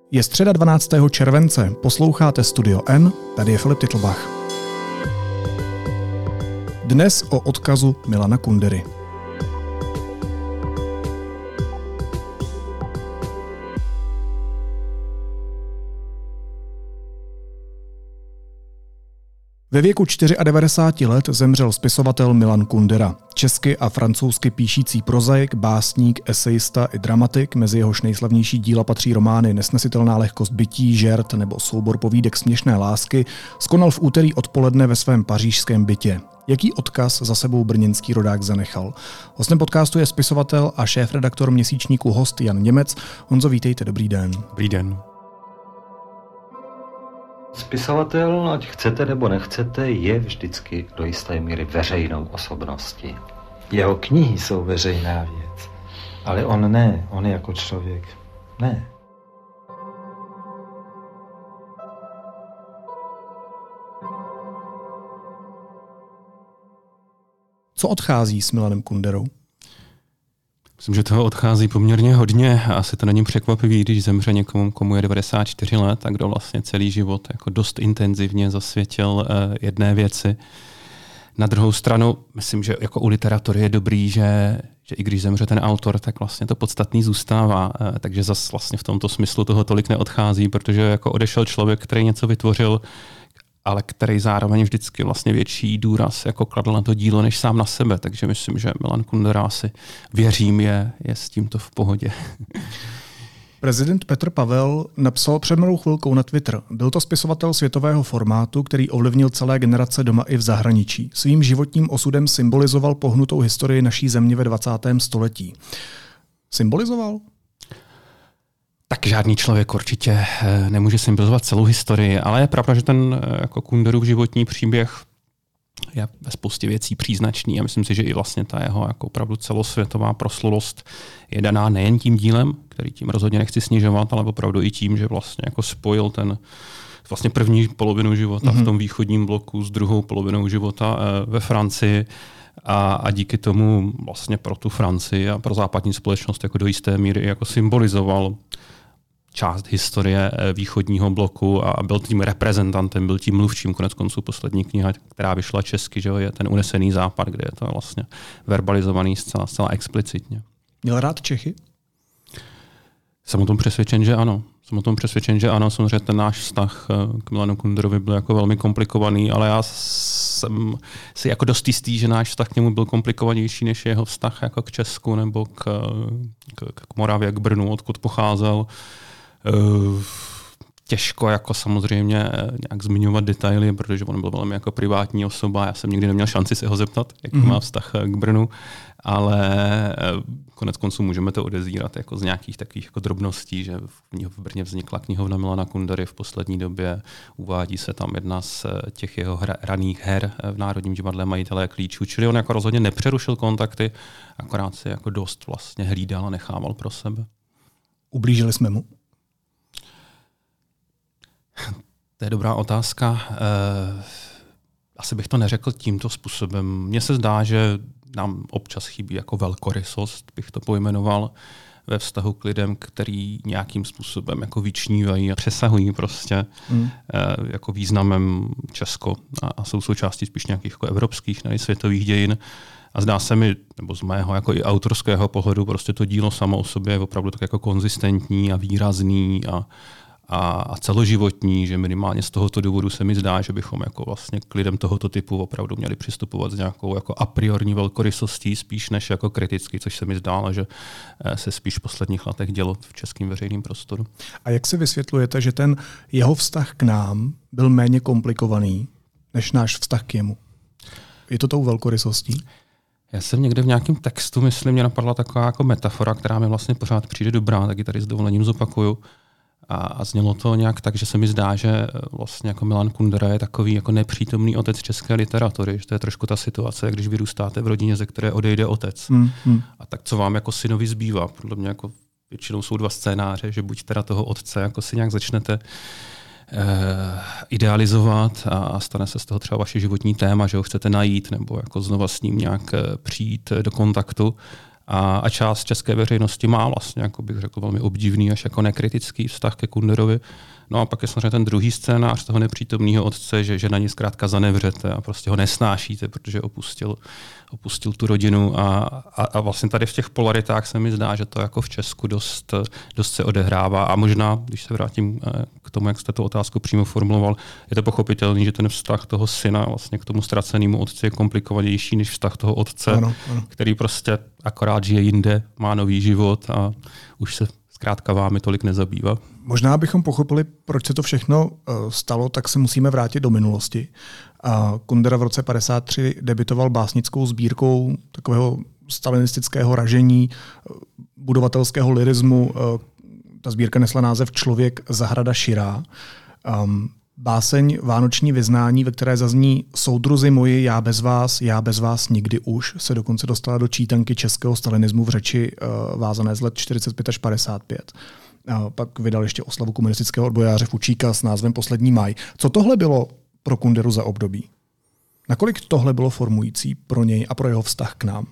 Je středa 12. července, posloucháte Studio N, tady je Filip Titlbach. Dnes o odkazu Milana Kundery. Ve věku 94 let zemřel spisovatel Milan Kundera, česky a francouzsky píšící prozaik, básník, esejista i dramatik, mezi jehož nejslavnější díla patří romány Nesnesitelná lehkost bytí, Žert nebo soubor povídek Směšné lásky, skonal v úterý odpoledne ve svém pařížském bytě. Jaký odkaz za sebou brněnský rodák zanechal? Hostem podcastu je spisovatel a šéfredaktor měsíčníku Host Jan Němec. Honzo, vítejte, dobrý den. Dobrý den. Spisovatel, ať chcete nebo nechcete, je vždycky do jisté míry veřejnou osobností. Jeho knihy jsou veřejná věc, ale on ne, on jako člověk ne. Co odchází s Milanem Kunderou? Myslím, že toho odchází poměrně hodně. Asi to není překvapivý, když zemře někomu, komu je 94 let, a kdo vlastně celý život jako dost intenzivně zasvětil jedné věci. Na druhou stranu, myslím, že jako u literatury je dobrý, že i když zemře ten autor, tak vlastně to podstatný zůstává. Takže zas vlastně v tomto smyslu toho tolik neodchází, protože jako odešel člověk, který něco vytvořil, ale který zároveň vždycky vlastně větší důraz jako kladl na to dílo než sám na sebe. Takže myslím, že Milan Kundera, asi věřím, je s tímto v pohodě. Prezident Petr Pavel napsal před malou chvilkou na Twitter. Byl to spisovatel světového formátu, který ovlivnil celé generace doma i v zahraničí. Svým životním osudem symbolizoval pohnutou historii naší země ve 20. století. Symbolizoval? Tak žádný člověk určitě nemůže symbolizovat celou historii, ale je pravda, že ten jako Kunderův životní příběh je ve spoustě věcí příznačný a myslím si, že i vlastně ta jeho jako opravdu celosvětová proslulost je daná nejen tím dílem, který tím rozhodně nechci snižovat, ale opravdu i tím, že vlastně jako spojil ten vlastně první polovinu života v tom východním bloku s druhou polovinou života ve Francii. A díky tomu vlastně pro tu Francii a pro západní společnost jako do jisté míry jako symbolizoval část historie východního bloku a byl tím reprezentantem, byl tím mluvčím. Koneckonců poslední kniha, která vyšla česky, že je ten Unesený západ, kde je to vlastně verbalizovaný zcela explicitně. Měl rád Čechy? Jsem o tom přesvědčen, že ano. Samozřejmě ten náš vztah k Milanu Kunderovi byl jako velmi komplikovaný, ale já jsem si jako dost jistý, že náš vztah k němu byl komplikovanější než jeho vztah jako k Česku nebo k Moravě, k Brnu, odkud pocházel. Těžko jako samozřejmě nějak zmiňovat detaily, protože on byl velmi jako privátní osoba. Já jsem nikdy neměl šanci se ho zeptat, jaký má vztah k Brnu, ale koneckonců můžeme to odezírat jako z nějakých takových jako drobností, že v Brně vznikla knihovna Milana Kundery v poslední době. Uvádí se tam jedna z těch jeho raných her v Národním divadle Majitelé klíčů, čili on jako rozhodně nepřerušil kontakty, akorát si jako dost vlastně hlídal a nechával pro sebe. Ublížili jsme mu? To je dobrá otázka. Asi bych to neřekl tímto způsobem. Mně se zdá, že nám občas chybí jako velkorysost, bych to pojmenoval, ve vztahu k lidem, který nějakým způsobem jako vyčnívají a přesahují prostě jako významem Česko a jsou součástí spíš nějakých jako evropských, ne světových dějin. A zdá se mi, nebo z mého jako i autorského pohledu, prostě to dílo samo o sobě je opravdu tak jako konzistentní a výrazný a celoživotní, že minimálně z tohoto důvodu se mi zdá, že bychom jako vlastně k lidem tohoto typu opravdu měli přistupovat s nějakou jako a priorní velkorysostí spíš než jako kriticky, což se mi zdálo, že se spíš v posledních letech dělo v českém veřejném prostoru. A jak si vysvětlujete, že ten jeho vztah k nám byl méně komplikovaný než náš vztah k jemu? Je to tou velkorysostí? Já jsem někde v nějakém textu, myslím, mě napadla taková jako metafora, která mi vlastně pořád přijde dobrá, tak ji tady s dovolením zopakuju. A znělo to nějak tak, že se mi zdá, že vlastně jako Milan Kundera je takový jako nepřítomný otec české literatury, že to je trošku ta situace, když vyrůstáte v rodině, ze které odejde otec. A tak co vám jako synovi zbývá? Podle mě jako většinou jsou dva scénáře, že buď teda toho otce jako si nějak začnete idealizovat a stane se z toho třeba vaše životní téma, že ho chcete najít nebo jako znova s ním nějak přijít do kontaktu, A část české veřejnosti má vlastně, jako bych řekl, velmi obdivný až jako nekritický vztah ke Kunderovi. No a pak je samozřejmě ten druhý scénář toho nepřítomného otce, že na ní zkrátka zanevřete a prostě ho nesnášíte, protože opustil tu rodinu a vlastně tady v těch polaritách se mi zdá, že to jako v Česku dost se odehrává a možná, když se vrátím k tomu, jak jste tu otázku přímo formuloval, je to pochopitelný, že ten vztah toho syna vlastně k tomu ztracenému otci je komplikovanější než vztah toho otce, ano. Který prostě akorát žije jinde, má nový život a už se zkrátka vámi tolik nezabývá. Možná, abychom pochopili, proč se to všechno stalo, tak se musíme vrátit do minulosti. Kundera v roce 1953 debitoval básnickou sbírkou takového stalinistického ražení, budovatelského lirismu. Ta sbírka nesla název Člověk, zahrada širá. Báseň Vánoční vyznání, ve které zazní Soudruzi moji, já bez vás nikdy už, se dokonce dostala do čítanky českého stalinismu v řeči vázané z let 45 až 55. Pak vydal ještě oslavu komunistického odbojáře Fučíka s názvem Poslední maj. Co tohle bylo pro Kunderu za období? Nakolik tohle bylo formující pro něj a pro jeho vztah k nám?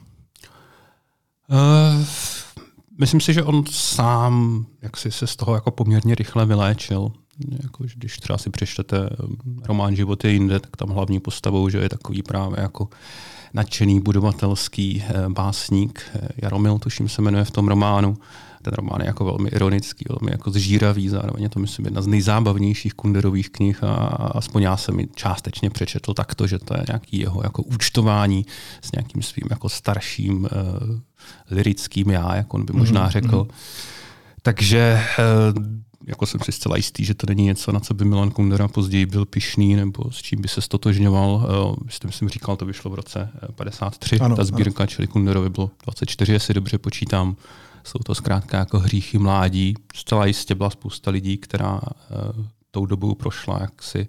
Myslím si, že on sám jak se z toho jako poměrně rychle vyléčil. Jako, když třeba si přečtete román Život je jinde, tak tam hlavní postavou, že je takový právě jako nadšený budovatelský básník. Jaromil, tuším, se jmenuje v tom románu. Ten román je jako velmi ironický, velmi jako zžíravý, zároveň je to, myslím, jedna z nejzábavnějších Kunderových knih a aspoň já jsem ji částečně přečetl takto, že to je nějaký jeho jako účtování s nějakým svým jako starším lirickým já, jak on by možná řekl. Takže jako jsem si zcela jistý, že to není něco, na co by Milan Kundera později byl pyšný nebo s čím by se stotožňoval. Jste, myslím, říkal, to vyšlo v roce 1953, ta sbírka, ano. Čili Kunderovi bylo 24, jestli dobře počítám. Jsou to zkrátka jako hříchy mládí. Zcela jistě byla spousta lidí, která tou dobou prošla jaksi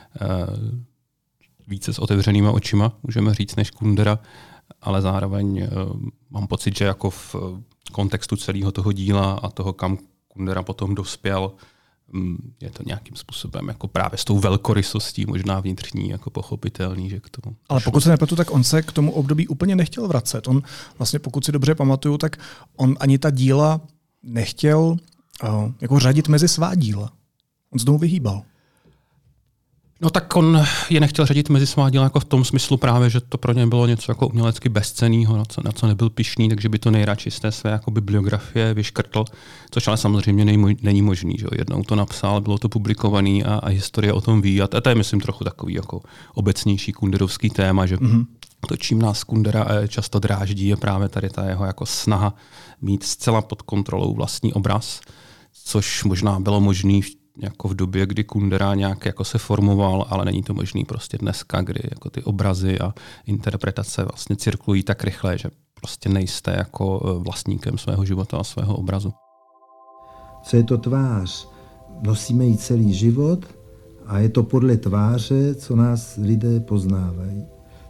více s otevřenýma očima, můžeme říct, než Kundera, ale zároveň mám pocit, že jako v kontextu celého toho díla a toho, kam Kundera potom dospěl, je to nějakým způsobem jako právě s tou velkorysostí možná vnitřní jako pochopitelný, že k tomu. Ale pokud se nepletu, tak on se k tomu období úplně nechtěl vracet. On vlastně, pokud si dobře pamatuju, tak on ani ta díla nechtěl jako řadit mezi svá díla. On se tomu vyhýbal. No tak on je nechtěl řadit mezi svá díla jako v tom smyslu právě, že to pro ně bylo něco jako umělecky bezcennýho, na co nebyl pyšný, takže by to nejradši z té své jako bibliografie vyškrtl, což ale samozřejmě není možný. Že? Jednou to napsal, bylo to publikovaný a historie o tom ví. A to je, myslím, trochu takový jako obecnější kunderovský téma, že to, čím nás Kundera často dráždí, je právě tady ta jeho jako snaha mít zcela pod kontrolou vlastní obraz, což možná bylo možný jako v době, kdy Kundera nějak jako se formoval, ale není to možný prostě dneska, kdy jako ty obrazy a interpretace vlastně cirkulují tak rychle, že prostě nejste jako vlastníkem svého života a svého obrazu. Co je to tvář? Nosíme ji celý život a je to podle tváře, co nás lidé poznávají.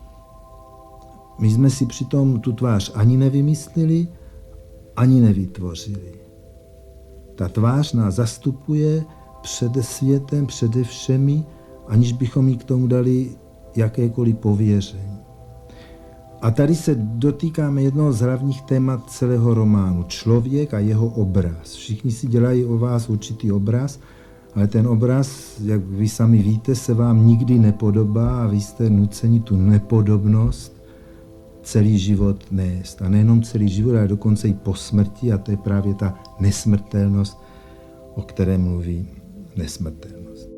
My jsme si přitom tu tvář ani nevymysleli, ani nevytvořili. Ta tvář nás zastupuje přede světem, přede všemi, aniž bychom jí k tomu dali jakékoliv pověření. A tady se dotýkáme jednoho z hlavních témat celého románu. Člověk a jeho obraz. Všichni si dělají o vás určitý obraz, ale ten obraz, jak vy sami víte, se vám nikdy nepodobá a vy jste nuceni tu nepodobnost celý život nést. A nejenom celý život, ale dokonce i po smrti, a to je právě ta nesmrtelnost, o které mluví nesmrtelnost.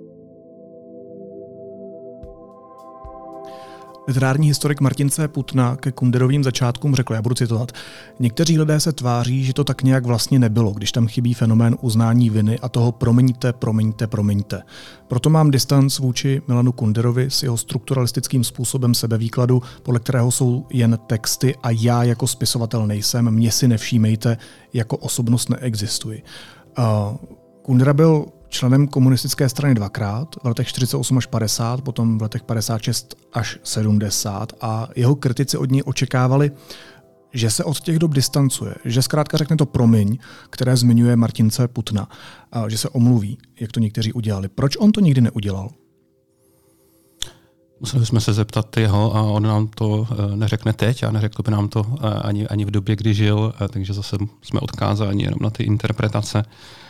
Literární historik Martin C. Putna ke Kunderovým začátkům řekl, já budu citovat, někteří lidé se tváří, že to tak nějak vlastně nebylo, když tam chybí fenomén uznání viny a toho promiňte. Proto mám distanc vůči Milanu Kunderovi s jeho strukturalistickým způsobem sebevýkladu, podle kterého jsou jen texty a já jako spisovatel nejsem, mě si nevšímejte, jako osobnost neexistuji. Kundera byl členem komunistické strany dvakrát, v letech 48 až 50, potom v letech 56 až 70 a jeho kritici od něj očekávali, že se od těch dob distancuje, že zkrátka řekne to promiň, které zmiňuje Martin C. Putna, a že se omluví, jak to někteří udělali. Proč on to nikdy neudělal? Museli jsme se zeptat jeho a on nám to neřekne teď a neřekl by nám to ani v době, kdy žil, takže zase jsme odkázáni jenom na ty interpretace.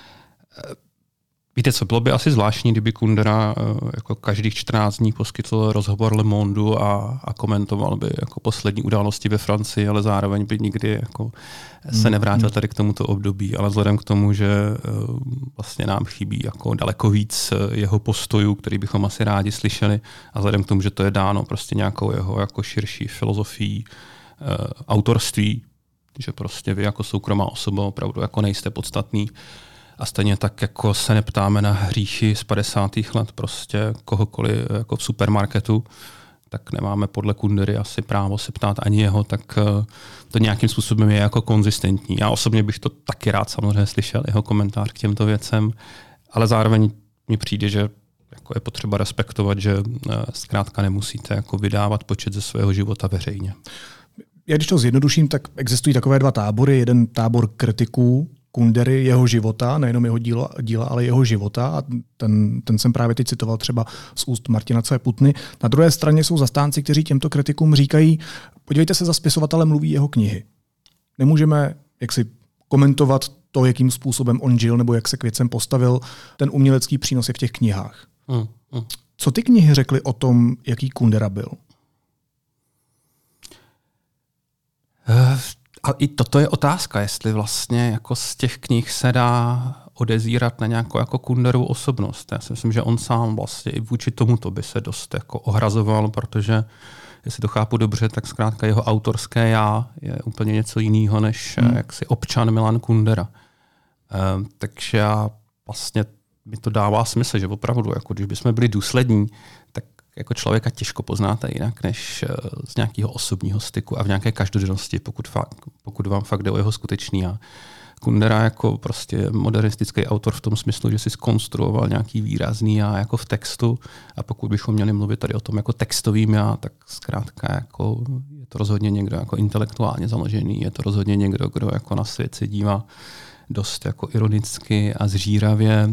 Víte co, bylo by asi zvláštní, kdyby Kundera jako každých 14 dní poskytl rozhovor Le Monde a komentoval by jako poslední události ve Francii, ale zároveň by nikdy jako se nevrátil tady k tomuto období. Ale vzhledem k tomu, že vlastně nám chybí jako daleko víc jeho postojů, který bychom asi rádi slyšeli, a vzhledem k tomu, že to je dáno prostě nějakou jeho jako širší filozofií autorství, že prostě vy jako soukromá osoba opravdu jako nejste podstatný. A stejně tak, jako se neptáme na hříchy z 50. let prostě kohokoliv jako v supermarketu, tak nemáme podle Kundery asi právo se ptát ani jeho, tak to nějakým způsobem je jako konzistentní. Já osobně bych to taky rád samozřejmě slyšel, jeho komentář k těmto věcem, ale zároveň mi přijde, že jako je potřeba respektovat, že zkrátka nemusíte jako vydávat počet ze svého života veřejně. Já když to zjednoduším, tak existují takové dva tábory. Jeden tábor kritiků Kundery, jeho života, nejenom jeho díla, ale jeho života. A ten jsem právě teď citoval třeba z úst Martina C. Putny. Na druhé straně jsou zastánci, kteří těmto kritikům říkají, podívejte se, za spisovatelem mluví jeho knihy. Nemůžeme jaksi komentovat to, jakým způsobem on žil nebo jak se k věcem postavil. Ten umělecký přínos je v těch knihách. Co ty knihy řekly o tom, jaký Kundera byl? A i toto je otázka, jestli vlastně jako z těch knih se dá odezírat na nějakou jako Kunderovu osobnost. Já si myslím, že on sám vlastně i vůči tomuto by se dost jako ohrazoval, protože jestli to chápu dobře, tak zkrátka jeho autorské já je úplně něco jiného než jaksi občan Milan Kundera. Takže já vlastně mi to dává smysl, že opravdu, jako když bychom byli důslední, tak jako člověka těžko poznáte jinak než z nějakého osobního styku a v nějaké každodennosti, pokud vám fakt jde o jeho skutečný já. Kundera jako prostě modernistický autor v tom smyslu, že si zkonstruoval nějaký výrazný já jako v textu, a pokud bychom měli mluvit tady o tom jako textovým já, tak zkrátka jako je to rozhodně někdo jako intelektuálně založený, je to rozhodně někdo, kdo jako na svět se dívá dost jako ironicky a zříravě.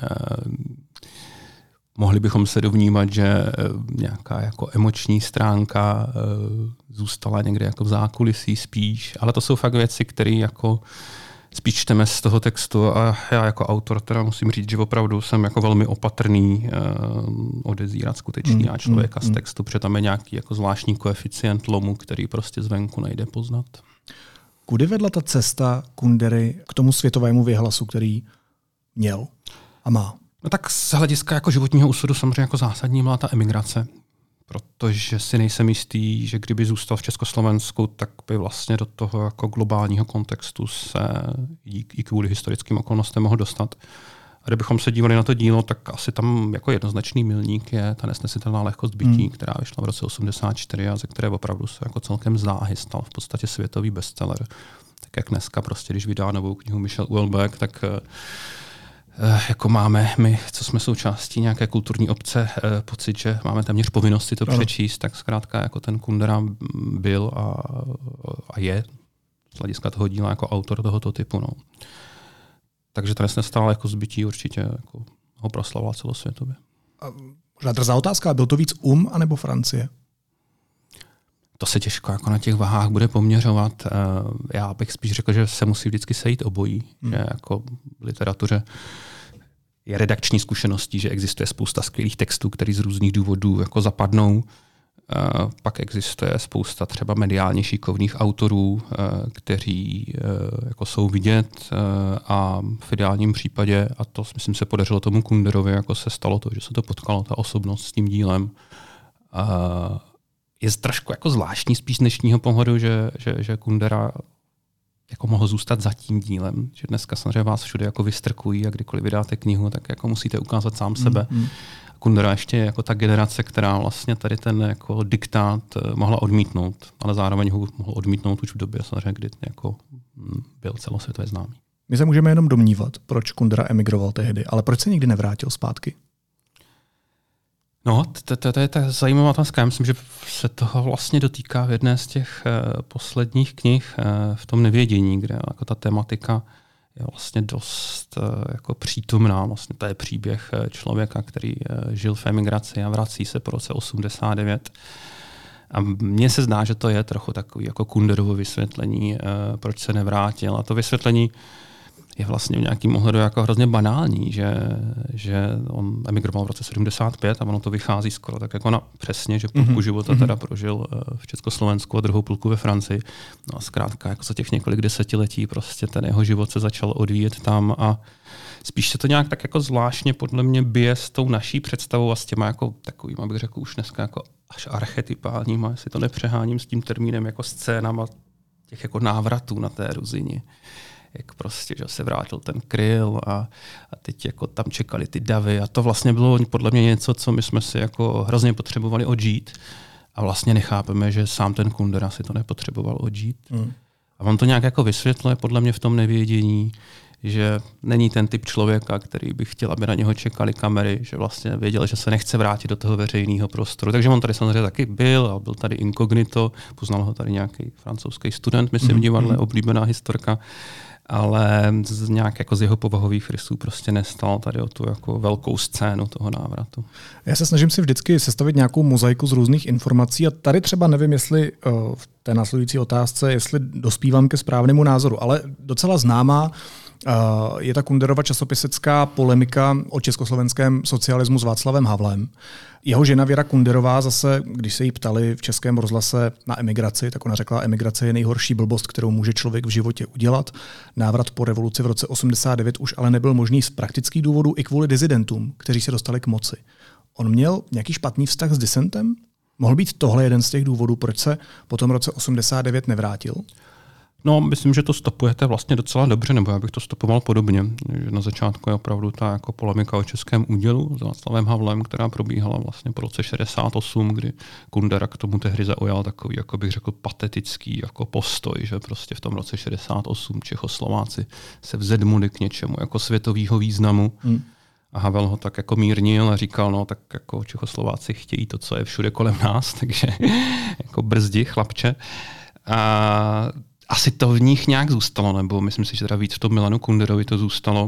Mohli bychom se dovnímat, že nějaká jako emoční stránka zůstala někde jako v zákulisí spíš, ale to jsou fakt věci, které jako spíš čteme z toho textu a já jako autor teda musím říct, že opravdu jsem jako velmi opatrný odezírat skutečný a člověka z textu, protože tam je nějaký jako zvláštní koeficient lomu, který prostě zvenku nejde poznat. Kudy vedla ta cesta Kundery k tomu světovému věhlasu, který měl a má? No tak z hlediska jako životního úsudu samozřejmě jako zásadní byla ta emigrace, protože si nejsem jistý, že kdyby zůstal v Československu, tak by vlastně do toho jako globálního kontextu se i kvůli historickým okolnostem mohl dostat. A kdybychom se dívali na to dílo, tak asi tam jako jednoznačný milník je ta nesnesitelná lehkost bytí, která vyšla v roce 1984 a ze které opravdu se jako celkem záhy stal v podstatě světový bestseller. Tak jak dneska prostě, když vydá novou knihu Michel Houellebecq, tak jako máme my, co jsme součástí nějaké kulturní obce, pocit, že máme téměř povinnost si to přečíst, tak zkrátka jako ten Kundera byl a je z hlediska toho díla jako autor tohoto typu. No. Takže to nesnestále jako zbytí určitě jako ho proslavila celosvětově. Možná drzá otázka, byl to víc anebo Francie? To se těžko jako na těch vahách bude poměřovat. Já bych spíš řekl, že se musí vždycky sejít obojí. Že jako v literatuře je redakční zkušeností, že existuje spousta skvělých textů, které z různých důvodů jako zapadnou. Pak existuje spousta třeba mediálně šikovných autorů, kteří jako jsou vidět a v ideálním případě, a to myslím se podařilo tomu Kunderovi, jako se stalo to, že se to potkalo, ta osobnost s tím dílem. Je trošku jako zvláštní spíš z dnešního pohledu, že Kundera jako mohl zůstat za tím dílem, že dneska samozřejmě vás všude jako vystrkují a kdykoliv vydáte knihu, tak jako musíte ukázat sám sebe. Kundera ještě jako ta generace, která vlastně tady ten jako diktát mohla odmítnout, ale zároveň ho mohl odmítnout už v době, samozřejmě, kdy jako byl celosvětově známý. My se můžeme jenom domnívat, proč Kundera emigroval tehdy, ale proč se nikdy nevrátil zpátky? No, to je ta zajímavá otázka. Já myslím, že se toho vlastně dotýká v jedné z těch posledních knih v tom Nevědění, kde jako ta tematika je vlastně dost jako přítomná. Vlastně to je příběh člověka, který žil v emigraci a vrací se po roce 89. A mně se zdá, že to je trochu takový jako Kunderovo vysvětlení, proč se nevrátil. A to vysvětlení je vlastně v nějakým ohledu jako hrozně banální, že on emigroval v roce 75 a ono to vychází skoro tak jako přesně, že půlku života teda prožil v Československu a druhou půlku ve Francii. No a zkrátka jako za těch několik desetiletí prostě ten jeho život se začal odvíjet tam a spíš se to nějak tak jako zvláštně podle mě bije s tou naší představou a s těma jako takovým, abych řekl už dneska jako až archetypálníma, jestli to nepřeháním s tím termínem jako scénama těch jako návratů na té Ruzini. Jak prostě, že se vrátil ten Kryl a teď jako tam čekali ty davy a to vlastně bylo podle mě něco, co my jsme si jako hrozně potřebovali odžít a vlastně nechápeme, že sám ten Kundera si to nepotřeboval odžít. A on to nějak jako vysvětluje podle mě v tom nevědění, že není ten typ člověka, který by chtěl, aby na něho čekali kamery, že vlastně věděl, že se nechce vrátit do toho veřejného prostoru. Takže on tady samozřejmě taky byl, ale byl tady inkognito, poznal ho tady nějaký francouzský student, myslím v divadle, oblíbená historka, ale nějak jako z jeho povahových rysů prostě nestal tady o tu jako velkou scénu toho návratu. Já se snažím si vždycky sestavit nějakou mozaiku z různých informací a tady třeba nevím, jestli v té následující otázce, jestli dospívám ke správnému názoru, ale docela známá je ta Kunderova časopisecká polemika o československém socialismu s Václavem Havlem. Jeho žena Věra Kunderová zase, když se jí ptali v Českém rozhlase na emigraci, tak ona řekla, emigrace je nejhorší blbost, kterou může člověk v životě udělat. Návrat po revoluci v roce 89 už ale nebyl možný z praktických důvodů i kvůli disidentům, kteří se dostali k moci. On měl nějaký špatný vztah s disentem? Mohl být tohle jeden z těch důvodů, proč se po tom roce 89 nevrátil? No, myslím, že to stopujete vlastně docela dobře, nebo já bych to stopoval podobně. Že na začátku je opravdu ta jako polemika o českém údělu s Václavem Havlem, která probíhala vlastně po roce 68, kdy Kundera k tomu tehdy zaujal takový, jako bych řekl, patetický jako postoj, že prostě v tom roce 68 Čechoslováci se vzedmuli k něčemu jako světového významu. A Havel ho tak jako mírnil a říkal, no tak jako Čechoslováci chtějí to, co je všude kolem nás, takže jako brzdi, chlapče. A asi to v nich nějak zůstalo, nebo myslím si, že teda víc v tom Milanu Kunderovi to zůstalo.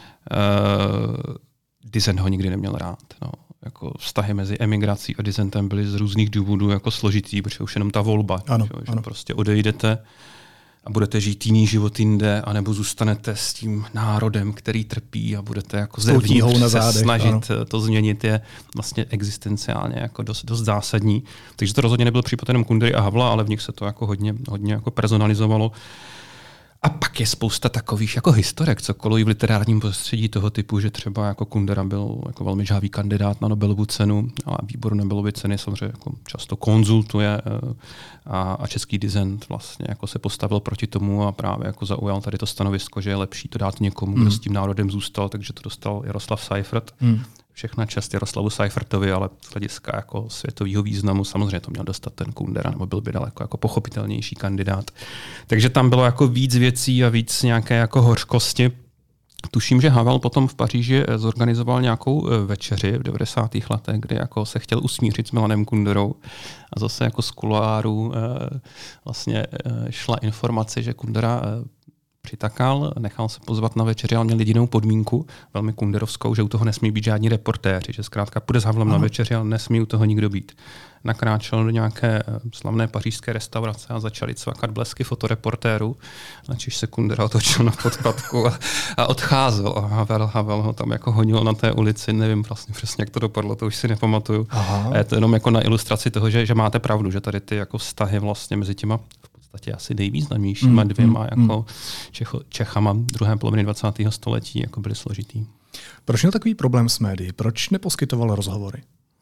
Dissent ho nikdy neměl rád. No. Jako vztahy mezi emigrací a dissentem byly z různých důvodů jako složitý, protože už jenom ta volba, ano. Že prostě odejdete a budete žít jiný život jinde, anebo zůstanete s tím národem, který trpí a budete jako zevnitř se snažit to změnit, je vlastně existenciálně jako dost zásadní. Takže to rozhodně nebyl případ jenom Kundery a Havla, ale v nich se to jako hodně jako personalizovalo. A pak je spousta takových jako historek, co kolují v literárním prostředí toho typu, že třeba jako Kundera byl jako velmi žhavý kandidát na Nobelovu cenu, ale výbor Nobelovy ceny samozřejmě jako často konzultuje a český dissent vlastně jako se postavil proti tomu a právě jako zaujal tady to stanovisko, že je lepší to dát někomu, kdo s tím národem zůstal, takže to dostal Jaroslav Seifert. Všechna čest Jaroslavu Seifertovi, ale z hlediska jako světového významu samozřejmě to měl dostat ten Kundera, nebo byl by daleko jako pochopitelnější kandidát. Takže tam bylo jako víc věcí a víc nějaké jako hořkosti. Tuším, že Havel potom v Paříži zorganizoval nějakou večeři v 90. letech, kdy jako se chtěl usmířit s Milanem Kunderou a zase jako z kuloáru vlastně šla informace, že Kundera přitakal, nechal se pozvat na večeři, ale měl jedinou podmínku, velmi kunderovskou, že u toho nesmí být žádní reportéři, že zkrátka půjde s Havlem na večeři, ale nesmí u toho nikdo být. Nakráčel do nějaké slavné pařížské restaurace a začali cvakat blesky fotoreportérů, načež se Kundera otočil na podkladku a odcházel. A Havel ho tam jako honil na té ulici, nevím vlastně přesně, jak to dopadlo, to už si nepamatuju. A je to jenom jako na ilustraci toho, že máte pravdu, že tady ty jako vztahy vlastně mezi těma asi nejvýznamnějšíma dvěma jako Čechama druhé poloviny 20. století jako byly složitý. Proč měl takový problém s médií? Proč neposkytoval rozhovory?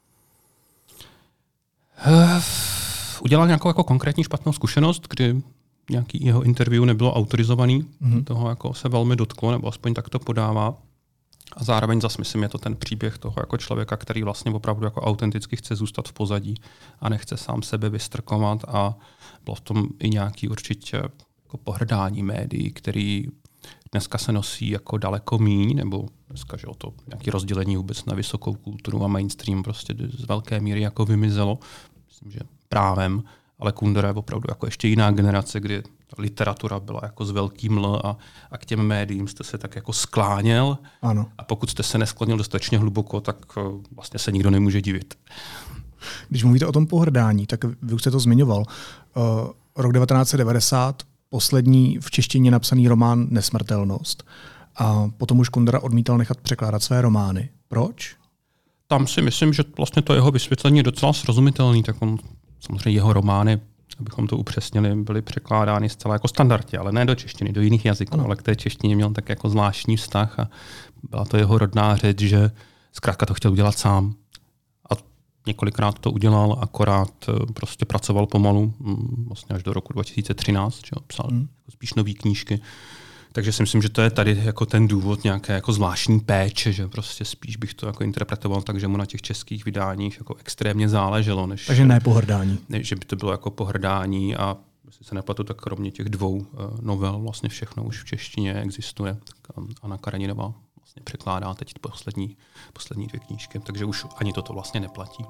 Udělal nějakou jako konkrétní špatnou zkušenost, kdy nějaký jeho interview nebylo autorizovaný. Toho jako se velmi dotklo, nebo aspoň tak to podává. A zároveň zase myslím, je to ten příběh toho jako člověka, který vlastně opravdu jako autenticky chce zůstat v pozadí a nechce sám sebe vystrkovat a bylo v tom i nějaký určitě jako pohrdání médií, který dneska se nosí jako daleko míň, nebo dneska, že o to nějaké rozdělení vůbec na vysokou kulturu a mainstream prostě z velké míry jako vymizelo. Myslím, že právem. ale Kundera je opravdu jako ještě jiná generace, kdy literatura byla jako z velký ml a k těm médiím jste se tak jako skláněl. Ano. A pokud jste se nesklonil dostatečně hluboko, tak vlastně se nikdo nemůže divit. Když mluvíte o tom pohrdání, tak vy už jste to zmiňoval. Rok 1990, poslední v češtině napsaný román Nesmrtelnost. A potom už Kundera odmítal nechat překládat své romány. Proč? Tam si myslím, že vlastně to jeho vysvětlení je docela srozumitelný. Tak on, samozřejmě jeho romány, abychom to upřesnili, byly překládány zcela jako standardně, ale ne do češtiny, do jiných jazyků, ale k té češtině měl tak jako zvláštní vztah a byla to jeho rodná řeč, že zkrátka to chtěl udělat sám. A několikrát to udělal, akorát prostě pracoval pomalu, vlastně až do roku 2013, že psal spíš nový knížky. Takže si myslím, že to je tady jako ten důvod nějaké jako zvláštní péče, že prostě spíš bych to jako interpretoval tak, že mu na těch českých vydáních jako extrémně záleželo. Takže ne pohrdání. Než že by to bylo jako pohrdání a jestli se nepletu, tak kromě těch 2 novel vlastně všechno už v češtině existuje. Tak Anna Kareninová vlastně překládá teď poslední 2 knížky, takže už ani toto vlastně neplatí.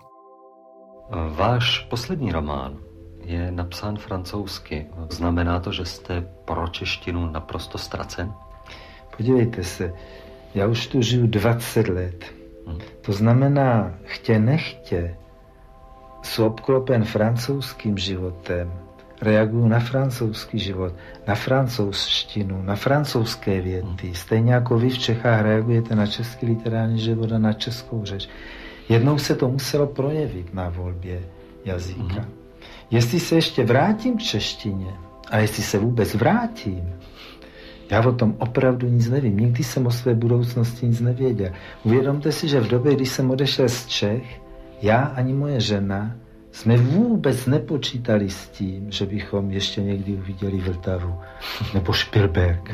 Váš poslední román je napsán francouzsky. Znamená to, že jste pro češtinu naprosto ztracen? Podívejte se, já už tu žiju 20 let. To znamená, chtě nechtě, jsou obklopen francouzským životem, reaguju na francouzský život, na francouzštinu, na francouzské věty. Stejně jako vy v Čechách reagujete na český literární život a na českou řeč. Jednou se to muselo projevit na volbě jazyka. Jestli se ještě vrátím k češtině, a jestli se vůbec vrátím, já o tom opravdu nic nevím. Nikdy jsem o své budoucnosti nic nevěděl. Uvědomte si, že v době, když jsem odešel z Čech, já ani moje žena jsme vůbec nepočítali s tím, že bychom ještě někdy uviděli Vltavu nebo Špilberg.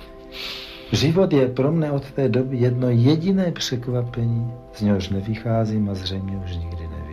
Život je pro mne od té doby jedno jediné překvapení, z něhož nevycházím a zřejmě už nikdy nevyjdu.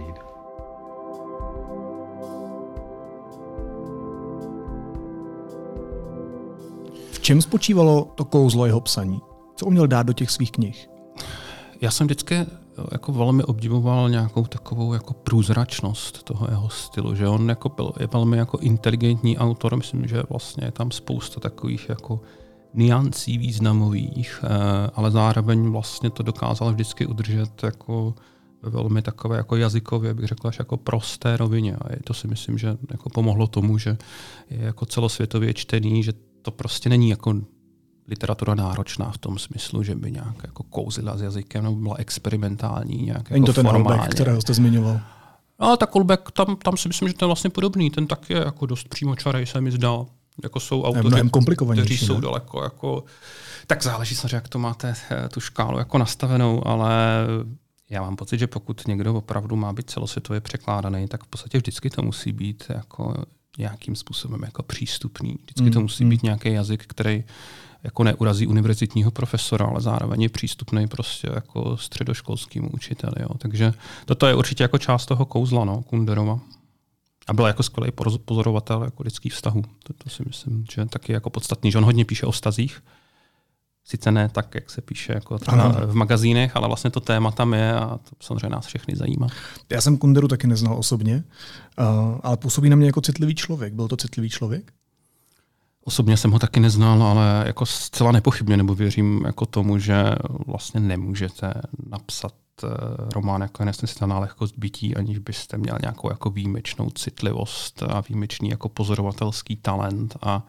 V čem spočívalo to kouzlo jeho psaní? Co uměl dát do těch svých knih? Já jsem vždycky jako velmi obdivoval nějakou takovou jako průzračnost toho jeho stylu, že on jako je velmi jako inteligentní autor, myslím, že vlastně je tam spousta takových jako nuancí významových, ale zároveň vlastně to dokázal vždycky udržet jako ve velmi takové jako jazykově, bych řekl, až jako prosté rovině. A to si myslím, že jako pomohlo tomu, že je jako celosvětově čtený, že to prostě není jako literatura náročná v tom smyslu, že by nějak jako kouzila s jazykem, nebo byla experimentální, nějak není jako to ten formálně. Holbeck, kterého jste zmiňoval? No, tak Holbeck, tam si myslím, že to je vlastně podobný. Ten tak je jako dost přímočarej, se mi zdal. Jako jsou autoři, kteří jsou daleko jako... Tak záleží samozřejmě, jak to máte tu škálu jako nastavenou, ale já mám pocit, že pokud někdo opravdu má být celosvětově překládaný, tak v podstatě vždycky to musí být jako nějakým způsobem jako přístupný. Vždycky to musí být nějaký jazyk, který jako neurazí univerzitního profesora, ale zároveň je přístupný prostě jako středoškolskému učiteli. Jo. Takže toto je určitě jako část toho kouzla, Kunderova. A byl jako skvělý pozorovatel jako lidských vztahů. To si myslím, že taky jako podstatný, že on hodně píše o vztazích. Sice ne tak, jak se píše jako v magazínech, ale vlastně to téma tam je a to samozřejmě nás všechny zajímá. Já jsem Kunderu taky neznal osobně, ale působí na mě jako citlivý člověk. Byl to citlivý člověk? Osobně jsem ho taky neznal, ale jako zcela nepochybně, nebo věřím jako tomu, že vlastně nemůžete napsat román jako Nesnesitelná lehkost bytí, aniž byste měl nějakou jako výjimečnou citlivost a výjimečný jako pozorovatelský talent a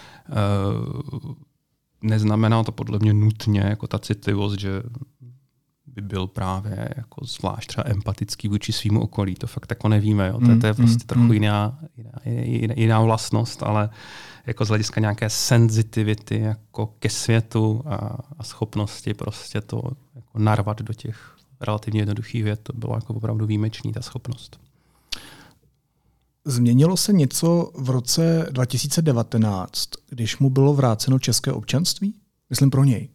neznamená to podle mě nutně jako ta citlivost, že by byl právě jako zvlášť třeba empatický vůči svýmu okolí. To fakt jako nevíme. Jo. To je prostě trochu jiná vlastnost, ale jako z hlediska nějaké senzitivity jako ke světu a schopnosti prostě to jako narvat do těch relativně jednoduchých vět, to bylo jako opravdu výjimečný, ta schopnost. Změnilo se něco v roce 2019, když mu bylo vráceno české občanství? Myslím pro něj.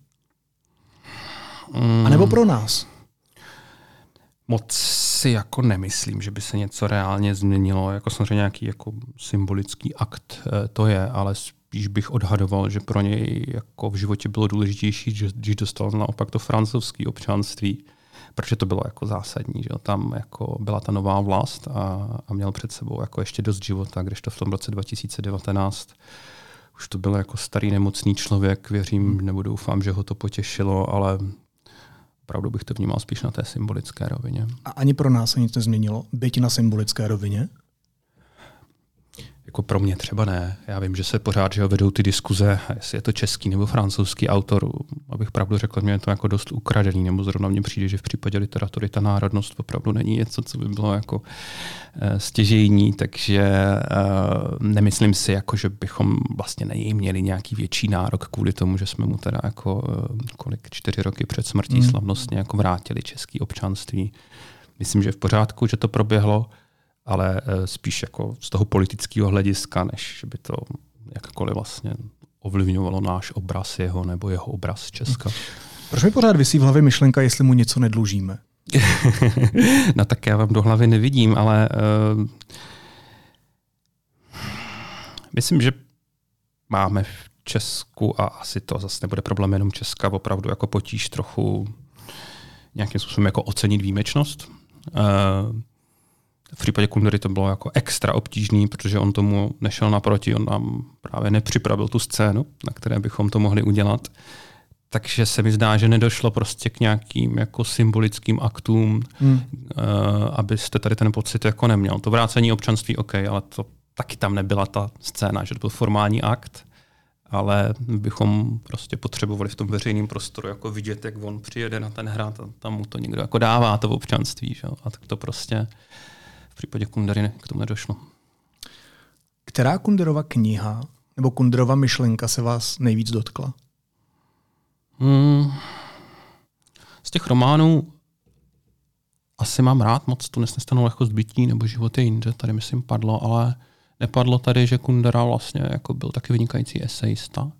A nebo pro nás? Moc si jako nemyslím, že by se něco reálně změnilo. Jako samozřejmě nějaký jako symbolický akt to je, ale spíš bych odhadoval, že pro něj jako v životě bylo důležitější, když dostal naopak to francouzské občanství. protože to bylo jako zásadní, že jo? Tam jako byla ta nová vlast a měl před sebou jako ještě dost života, když to v tom roce 2019 už to byl jako starý nemocný člověk, věřím, nebo doufám, že ho to potěšilo, ale opravdu bych to vnímal spíš na té symbolické rovině. A ani pro nás se nic nezměnilo, byť na symbolické rovině? Jako pro mě třeba ne. Já vím, že se pořád že vedou ty diskuze, jestli je to český nebo francouzský autor. Abych pravdu řekl, mě je to jako dost ukradený, nebo zrovna mně přijde, že v případě literatury ta národnost opravdu není něco, co by bylo jako stěžejní, takže nemyslím si, jako, že bychom vlastně na něj měli nějaký větší nárok kvůli tomu, že jsme mu teda jako 4 roky před smrtí slavnostně jako vrátili české občanství. Myslím, že v pořádku, že to proběhlo, ale spíš jako z toho politického hlediska, než by to jakkoliv vlastně ovlivňovalo náš obraz jeho nebo jeho obraz Česka. Proč mi pořád visí v hlavě myšlenka, jestli mu něco nedlužíme? No tak já vám do hlavy nevidím, ale myslím, že máme v Česku, a asi to zase nebude problém jenom Česka, opravdu jako potíž trochu nějakým způsobem jako ocenit výjimečnost. V případě Kundery to bylo jako extra obtížný, protože on tomu nešel naproti, on nám právě nepřipravil tu scénu, na které bychom to mohli udělat. Takže se mi zdá, že nedošlo prostě k nějakým jako symbolickým aktům, abyste tady ten pocit jako neměl. To vrácení občanství OK, ale to taky tam nebyla ta scéna, že to byl formální akt, ale bychom prostě potřebovali v tom veřejném prostoru jako vidět, jak on přijede na ten hrad a tam mu to někdo jako dává, to občanství. Že? A tak to prostě v případě Kundery k tomu nedošlo. Která Kunderova kniha nebo Kunderova myšlenka se vás nejvíc dotkla? Z těch románů asi mám rád moc tu Nesnestanou lehkost bytí nebo Život je jinde. Tady myslím padlo, ale nepadlo tady, že Kundera vlastně jako byl taky vynikající esejista.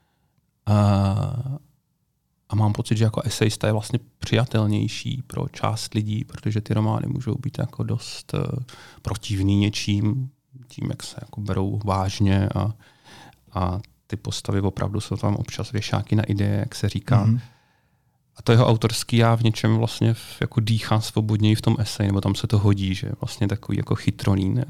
A mám pocit, že jako esejista je vlastně přijatelnější pro část lidí, protože ty romány můžou být jako dost protivný něčím, tím, jak se jako berou vážně a ty postavy opravdu jsou tam občas věšáky na ideje, jak se říká. A to jeho autorský já v něčem vlastně jako dýchá svobodněji v tom eseji, nebo tam se to hodí, že je vlastně takový jako chytrolín.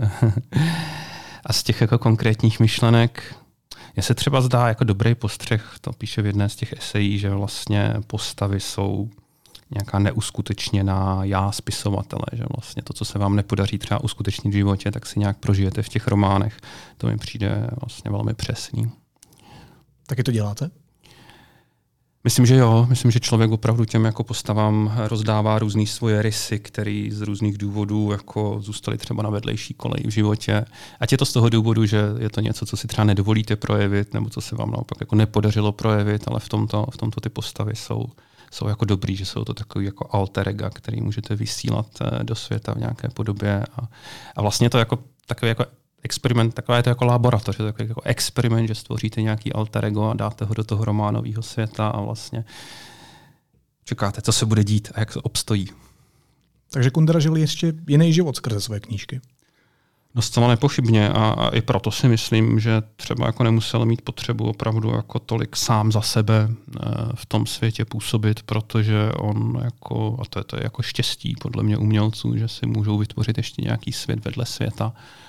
A z těch jako konkrétních myšlenek mně se třeba zdá jako dobrý postřeh, to píše v jedné z těch esejí, že vlastně postavy jsou nějaká neuskutečněná já spisovatele, že vlastně to, co se vám nepodaří třeba uskutečnit v životě, tak si nějak prožijete v těch románech. To mi přijde vlastně velmi přesný. Taky to děláte? Myslím, že jo. Myslím, že člověk opravdu těm jako postavám rozdává různý svoje rysy, které z různých důvodů jako zůstaly třeba na vedlejší koleji v životě. Ať je to z toho důvodu, že je to něco, co si třeba nedovolíte projevit, nebo co se vám naopak jako nepodařilo projevit, ale v tomto ty postavy jsou jako dobrý, že jsou to takový jako alter ega, který můžete vysílat do světa v nějaké podobě. A vlastně to jako takový jako experiment, taková je to jako laboratoř, takový jako experiment, že stvoříte nějaký alter ego a dáte ho do toho románového světa a vlastně čekáte, co se bude dít a jak se obstojí. Takže Kundera žil ještě jiný život skrze své knížky. No zcela nepochybně a i proto si myslím, že třeba jako nemusel mít potřebu opravdu jako tolik sám za sebe v tom světě působit, protože on jako, a to je jako štěstí podle mě umělců, že si můžou vytvořit ještě nějaký svět vedle světa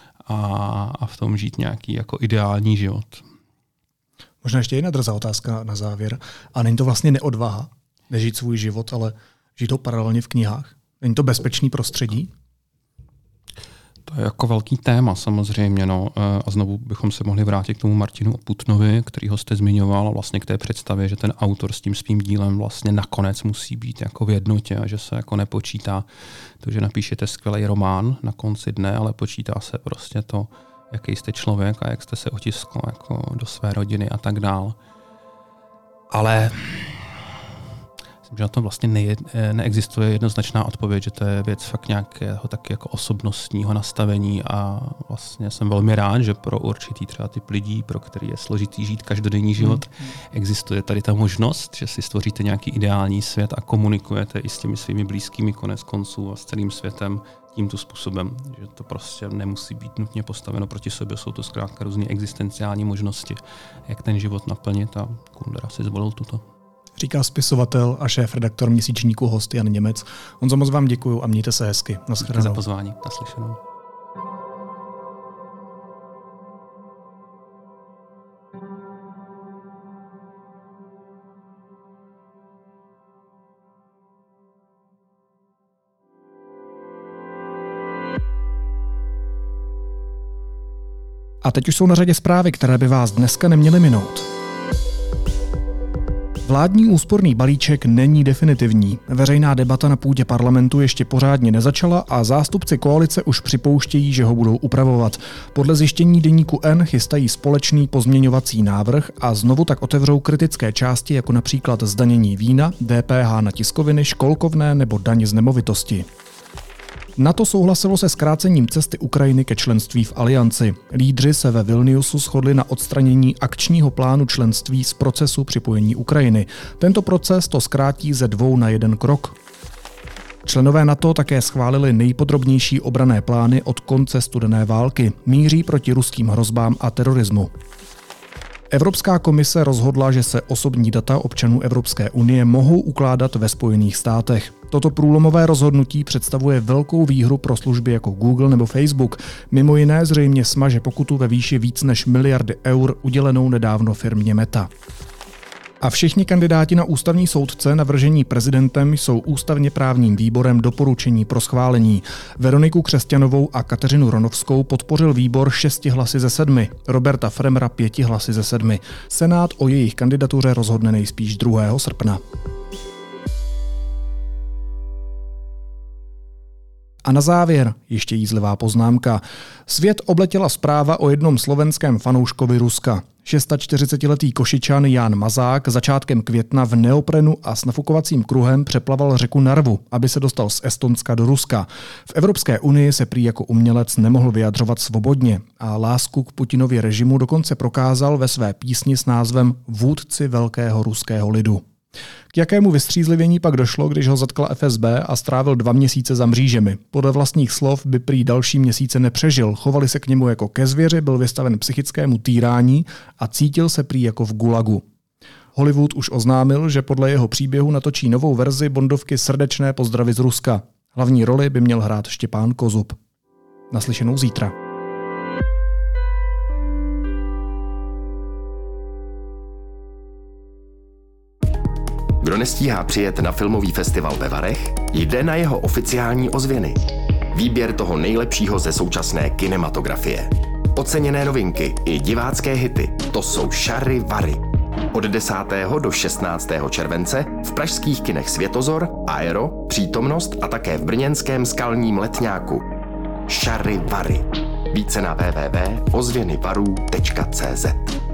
a v tom žít nějaký jako ideální život. Možná ještě jedna drzá otázka na závěr. A není to vlastně neodvaha nežít svůj život, ale žít ho paralelně v knihách? Není to bezpečný prostředí? To je jako velký téma samozřejmě. No. A znovu bychom se mohli vrátit k tomu Martinu Putnovi, kterýho jste zmiňoval, a vlastně k té představě, že ten autor s tím svým dílem vlastně nakonec musí být jako v jednotě a že se jako nepočítá to, že napíšete skvělý román na konci dne, ale počítá se prostě to, jaký jste člověk a jak jste se otiskl jako do své rodiny a tak dál. Ale myslím, že na to vlastně neexistuje jednoznačná odpověď, že to je věc fakt nějakého taky jako osobnostního nastavení a vlastně jsem velmi rád, že pro určitý třeba typ lidí, pro který je složitý žít každodenní život, existuje tady ta možnost, že si stvoříte nějaký ideální svět a komunikujete i s těmi svými blízkými konec konců a s celým světem tímto způsobem, že to prostě nemusí být nutně postaveno proti sobě, jsou to zkrátka různé existenciální možnosti, jak ten život naplnit a Kundera si zvolil tuto. Říká spisovatel a šéfredaktor měsíčníku Host Jan Němec. Honzo, moc vám děkuju a mějte se hezky. Díky za pozvání. Naslyšenou. A teď už jsou na řadě zprávy, které by vás dneska neměly minout. Vládní úsporný balíček není definitivní. Veřejná debata na půdě parlamentu ještě pořádně nezačala a zástupci koalice už připouštějí, že ho budou upravovat. Podle zjištění deníku N chystají společný pozměňovací návrh a znovu tak otevřou kritické části, jako například zdanění vína, DPH na tiskoviny, školkovné nebo daň z nemovitosti. NATO souhlasilo se zkrácením cesty Ukrajiny ke členství v alianci. Lídři se ve Vilniusu shodli na odstranění akčního plánu členství z procesu připojení Ukrajiny. Tento proces to zkrátí ze 2 na 1 krok. Členové NATO také schválili nejpodrobnější obranné plány od konce studené války. Míří proti ruským hrozbám a terorismu. Evropská komise rozhodla, že se osobní data občanů Evropské unie mohou ukládat ve Spojených státech. Toto průlomové rozhodnutí představuje velkou výhru pro služby jako Google nebo Facebook. Mimo jiné zřejmě smaže pokutu ve výši víc než miliardy eur udělenou nedávno firmě Meta. A všichni kandidáti na ústavní soudce navržení prezidentem jsou ústavně právním výborem doporučení pro schválení. Veroniku Křesťanovou a Kateřinu Ronovskou podpořil výbor 6 hlasy ze 7, Roberta Fremera 5 hlasy ze 7. Senát o jejich kandidatuře rozhodne nejspíš 2. srpna. A na závěr ještě jízlivá poznámka. Svět obletěla zpráva o jednom slovenském fanouškovi Ruska. 46letý Košičan Ján Mazák začátkem května v neoprenu a s nafukovacím kruhem přeplaval řeku Narvu, aby se dostal z Estonska do Ruska. V Evropské unii se prý jako umělec nemohl vyjadřovat svobodně a lásku k Putinově režimu dokonce prokázal ve své písni s názvem Vůdci velkého ruského lidu. K jakému vystřízlivění pak došlo, když ho zatkla FSB a strávil 2 měsíce za mřížemi? Podle vlastních slov by prý další měsíce nepřežil, chovali se k němu jako ke zvěři, byl vystaven psychickému týrání a cítil se prý jako v gulagu. Hollywood už oznámil, že podle jeho příběhu natočí novou verzi bondovky Srdečné pozdravy z Ruska. Hlavní roli by měl hrát Štěpán Kozub. Naslyšenou zítra. Kdo nestíhá přijet na filmový festival ve Varech, jde na jeho oficiální ozvěny. Výběr toho nejlepšího ze současné kinematografie. Oceněné novinky i divácké hity, to jsou Šary Vary. Od 10. do 16. července v pražských kinech Světozor, Aero, Přítomnost a také v brněnském Skalním Letňáku. Šary Vary. Více na www.ozvěnyvarů.cz